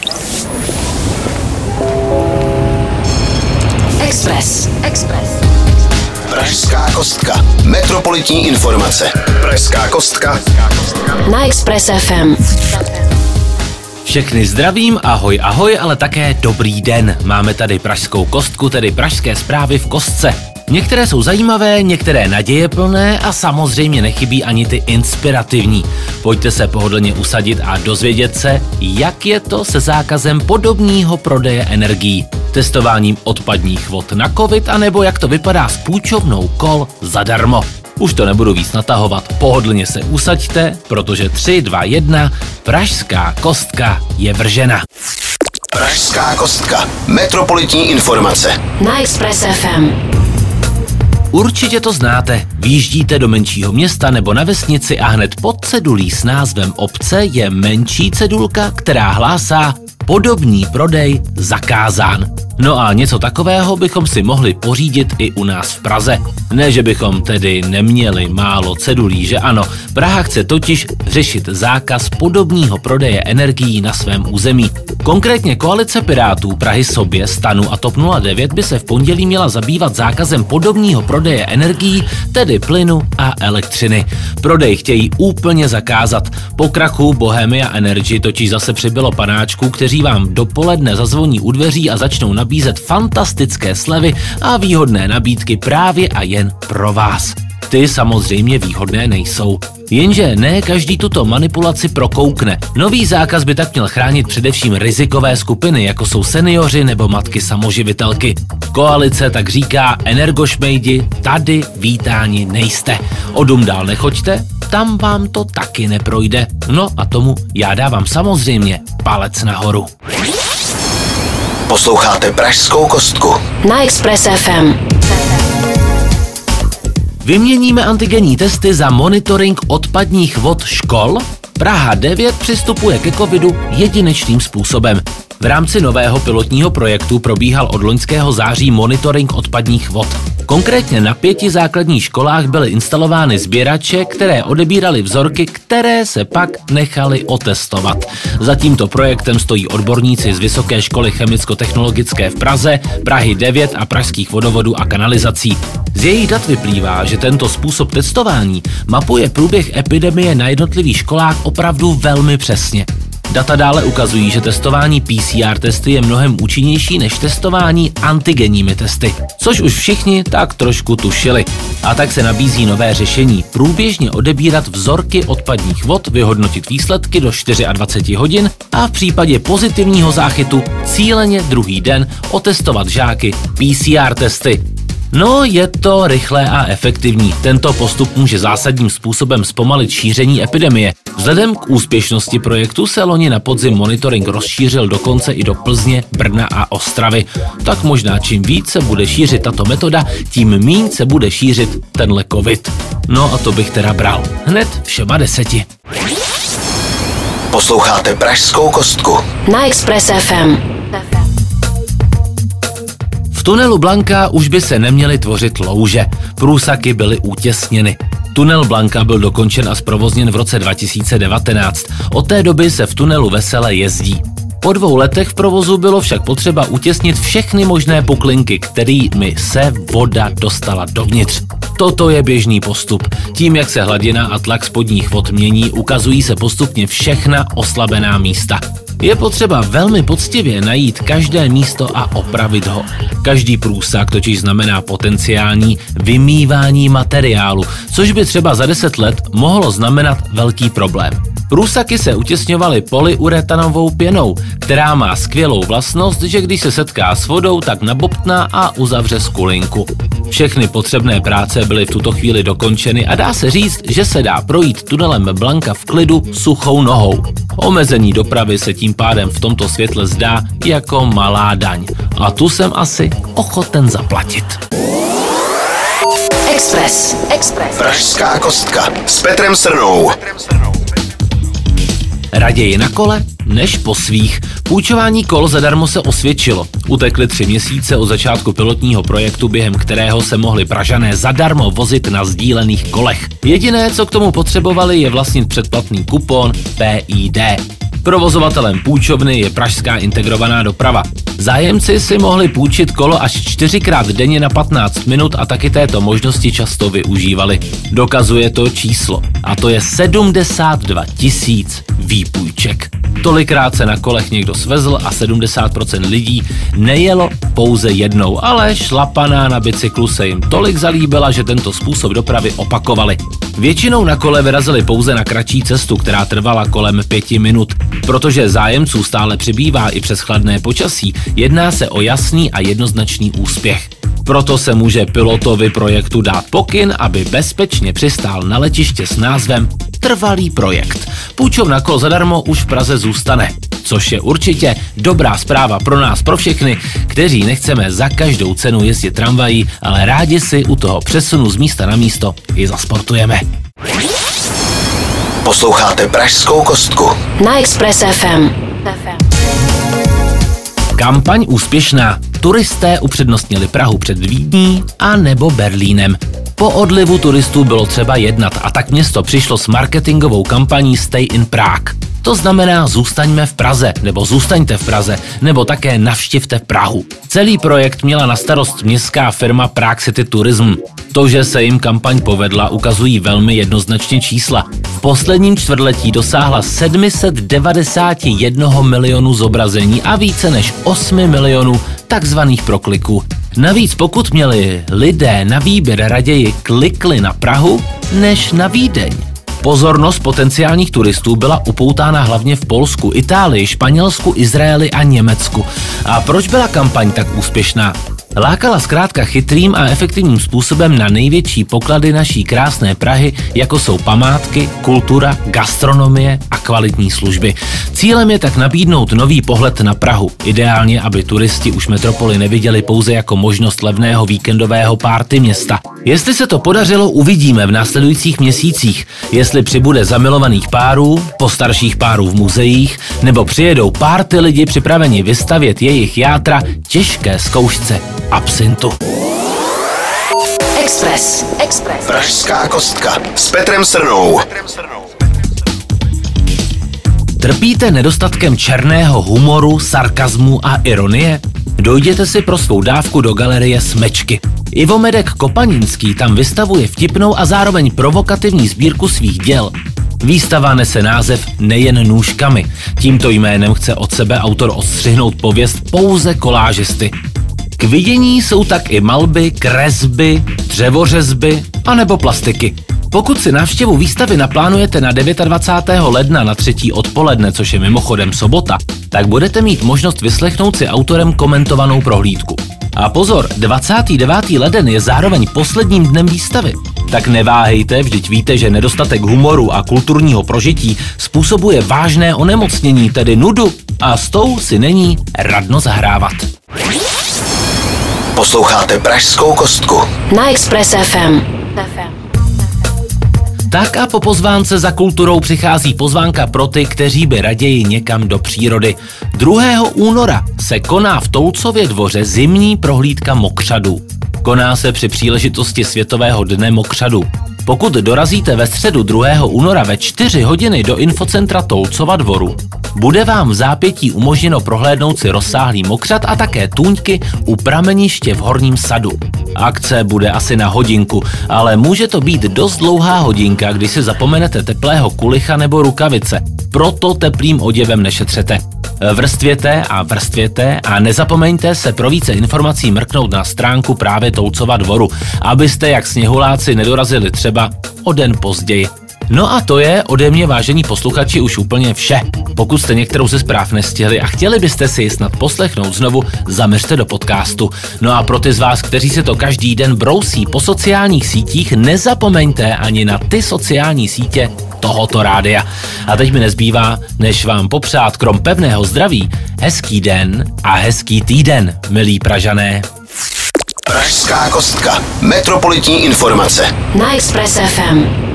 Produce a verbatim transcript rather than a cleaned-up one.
Express. Express. Pražská kostka. Metropolitní informace. Pražská kostka. Na Express F M. Všechny zdravím, ahoj, ahoj, ale také dobrý den. Máme tady pražskou kostku, tedy pražské zprávy v kostce. Některé jsou zajímavé, některé nadějeplné a samozřejmě nechybí ani ty inspirativní. Pojďte se pohodlně usadit a dozvědět se, jak je to se zákazem podobného prodeje energií, testováním odpadních vod na covid, anebo jak to vypadá s půjčovnou kol zadarmo. Už to nebudu víc natahovat, pohodlně se usaďte, protože tři, dva, jedna, pražská kostka je vržena. Pražská kostka. Metropolitní informace. Na Express F M. Určitě to znáte. Vyjíždíte do menšího města nebo na vesnici a hned pod cedulí s názvem obce je menší cedulka, která hlásá podobný prodej zakázán. No a něco takového bychom si mohli pořídit i u nás v Praze. Ne, že bychom tedy neměli málo cedulí, že ano. Praha chce totiž řešit zákaz podobného prodeje energií na svém území. Konkrétně koalice Pirátů, Prahy Sobě, Stanu a TOP nula devět by se v pondělí měla zabývat zákazem podobného prodeje energií, tedy plynu a elektřiny. Prodej chtějí úplně zakázat. Po krachu Bohemia Energy totiž zase přibylo panáčků, kteří vám dopoledne zazvoní u dveří a začnou nabízet fantastické slevy a výhodné nabídky právě a jen pro vás. Ty samozřejmě výhodné nejsou. Jenže ne každý tuto manipulaci prokoukne. Nový zákaz by tak měl chránit především rizikové skupiny, jako jsou seniori nebo matky samoživitelky. Koalice tak říká: energošmejdi, tady vítáni nejste. O dům dál nechoďte, tam vám to taky neprojde. No a tomu já dávám samozřejmě palec nahoru. Posloucháte Pražskou kostku. Na Express F M. Vyměníme antigenní testy za monitoring odpadních vod škol? Praha devět přistupuje ke covidu jedinečným způsobem. V rámci nového pilotního projektu probíhal od loňského září monitoring odpadních vod. Konkrétně na pěti základních školách byly instalovány sběrače, které odebíraly vzorky, které se pak nechaly otestovat. Za tímto projektem stojí odborníci z Vysoké školy chemicko-technologické v Praze, Prahy devět a pražských vodovodů a kanalizací. Z jejich dat vyplývá, že tento způsob testování mapuje průběh epidemie na jednotlivých školách opravdu velmi přesně. Data dále ukazují, že testování P C R testy je mnohem účinnější než testování antigenními testy, což už všichni tak trošku tušili. A tak se nabízí nové řešení: průběžně odebírat vzorky odpadních vod, vyhodnotit výsledky do dvacet čtyři hodin a v případě pozitivního záchytu cíleně druhý den otestovat žáky P C R testy. No, je to rychlé a efektivní. Tento postup může zásadním způsobem zpomalit šíření epidemie. Vzhledem k úspěšnosti projektu se loni na podzim monitoring rozšířil dokonce i do Plzně, Brna a Ostravy. Tak možná čím víc se bude šířit tato metoda, tím míň se bude šířit tenhle covid. No a to bych teda bral. Hned všema deseti. Posloucháte Pražskou kostku. Na Express F M. V tunelu Blanka už by se neměly tvořit louže. Průsaky byly utěsněny. Tunel Blanka byl dokončen a zprovozněn v roce dva tisíce devatenáct. Od té doby se v tunelu vesele jezdí. Po dvou letech v provozu bylo však potřeba utěsnit všechny možné puklinky, kterými se voda dostala dovnitř. Toto je běžný postup. Tím, jak se hladina a tlak spodních vod mění, ukazují se postupně všechna oslabená místa. Je potřeba velmi poctivě najít každé místo a opravit ho. Každý průsak totiž znamená potenciální vymývání materiálu, což by třeba za deset let mohlo znamenat velký problém. Průsaky se utěsňovaly polyuretanovou pěnou, která má skvělou vlastnost, že když se setká s vodou, tak nabobtná a uzavře skulinku. Všechny potřebné práce byly v tuto chvíli dokončeny a dá se říct, že se dá projít tunelem Blanka v klidu suchou nohou. Omezení dopravy se tím pádem v tomto světle zdá jako malá daň. A tu jsem asi ochoten zaplatit. Express. Express. Pražská kostka s Petrem Srnou. Raději na kole než po svých. Půjčování kol zadarmo se osvědčilo. Utekly tři měsíce od začátku pilotního projektu, během kterého se mohli Pražané zadarmo vozit na sdílených kolech. Jediné, co k tomu potřebovali, je vlastnit předplatný kupon P I D. Provozovatelem půjčovny je Pražská integrovaná doprava. Zájemci si mohli půjčit kolo až čtyřikrát denně na patnáct minut a taky této možnosti často využívali. Dokazuje to číslo, a to je sedmdesát dva tisíc výpůjček. Tolikrát se na kolech někdo svezl a sedmdesát procent lidí nejelo pouze jednou, ale šlapaná na bicyklu se jim tolik zalíbila, že tento způsob dopravy opakovali. Většinou na kole vyrazili pouze na kratší cestu, která trvala kolem pěti minut. Protože zájemců stále přibývá i přes chladné počasí, jedná se o jasný a jednoznačný úspěch. Proto se může pilotovi projektu dát pokyn, aby bezpečně přistál na letiště s názvem Trvalý projekt. Půjčovna kol zadarmo už v Praze zůstane, což je určitě dobrá zpráva pro nás, pro všechny, kteří nechceme za každou cenu jezdit tramvají, ale rádi si u toho přesunu z místa na místo i zasportujeme. Posloucháte Pražskou kostku na Express F M. Kampaň úspěšná. Turisté upřednostnili Prahu před Vídní a nebo Berlínem. Po odlivu turistů bylo třeba jednat a tak město přišlo s marketingovou kampaní Stay in Prague. To znamená zůstaňme v Praze, nebo zůstaňte v Praze, nebo také navštivte Prahu. Celý projekt měla na starost městská firma Prague City Tourism. To, že se jim kampaň povedla, ukazují velmi jednoznačně čísla. V posledním čtvrtletí dosáhla sedm set devadesát jedna milionů zobrazení a více než osm milionů takzvaných prokliků. Navíc pokud měli lidé na výběr raději klikli na Prahu, než na Vídeň. Pozornost potenciálních turistů byla upoutána hlavně v Polsku, Itálii, Španělsku, Izraeli a Německu. A proč byla kampaň tak úspěšná? Lákala zkrátka chytrým a efektivním způsobem na největší poklady naší krásné Prahy, jako jsou památky, kultura, gastronomie a kvalitní služby. Cílem je tak nabídnout nový pohled na Prahu. Ideálně, aby turisti už metropoli neviděli pouze jako možnost levného víkendového party města. Jestli se to podařilo, uvidíme v následujících měsících. Jestli přibude zamilovaných párů, postarších párů v muzeích, nebo přijedou party lidi připraveni vystavět jejich játra těžké zkoušce absintu. Express. Express. Pražská kostka s Petrem Srnou. Trpíte nedostatkem černého humoru, sarkazmu a ironie? Dojděte si pro svou dávku do galerie Smečky. Ivo Medek Kopaninský tam vystavuje vtipnou a zároveň provokativní sbírku svých děl. Výstava nese název Nejen nůžkami. Tímto jménem chce od sebe autor odstřihnout pověst pouze kolážisty. K vidění jsou tak i malby, kresby, dřevořezby anebo plastiky. Pokud si návštěvu výstavy naplánujete na dvacátého devátého ledna na třetí odpoledne, což je mimochodem sobota, tak budete mít možnost vyslechnout si autorem komentovanou prohlídku. A pozor, dvacátého devátého leden je zároveň posledním dnem výstavy. Tak neváhejte, vždyť víte, že nedostatek humoru a kulturního prožití způsobuje vážné onemocnění, tedy nudu, a s tou si není radno zahrávat. Posloucháte Pražskou kostku na Express F M. Tak a po pozvánce za kulturou přichází pozvánka pro ty, kteří by raději někam do přírody. druhého února se koná v Tolcově dvoře zimní prohlídka mokřadů. Koná se při příležitosti Světového dne mokřadů. Pokud dorazíte ve středu druhého února ve čtyři hodiny do infocentra Tolcova dvoru, bude vám v zápětí umožněno prohlédnout si rozsáhlý mokřad a také tůňky u prameniště v Horním sadu. Akce bude asi na hodinku, ale může to být dost dlouhá hodinka, když si zapomenete teplého kulicha nebo rukavice. Proto teplým oděvem nešetřete. Vrstvěte a vrstvěte a nezapomeňte se pro více informací mrknout na stránku právě Tolcova dvoru, abyste jak sněhuláci nedorazili třeba o den později. No a to je ode mě, vážení posluchači, už úplně vše. Pokud jste některou ze zpráv nestihli a chtěli byste si ji snad poslechnout znovu, zaměřte do podcastu. No a pro ty z vás, kteří se to každý den brousí po sociálních sítích, nezapomeňte ani na ty sociální sítě tohoto rádia. A teď mi nezbývá, než vám popřát krom pevného zdraví hezký den a hezký týden, milí Pražané. Pražská kostka. Metropolitní informace na Express F M.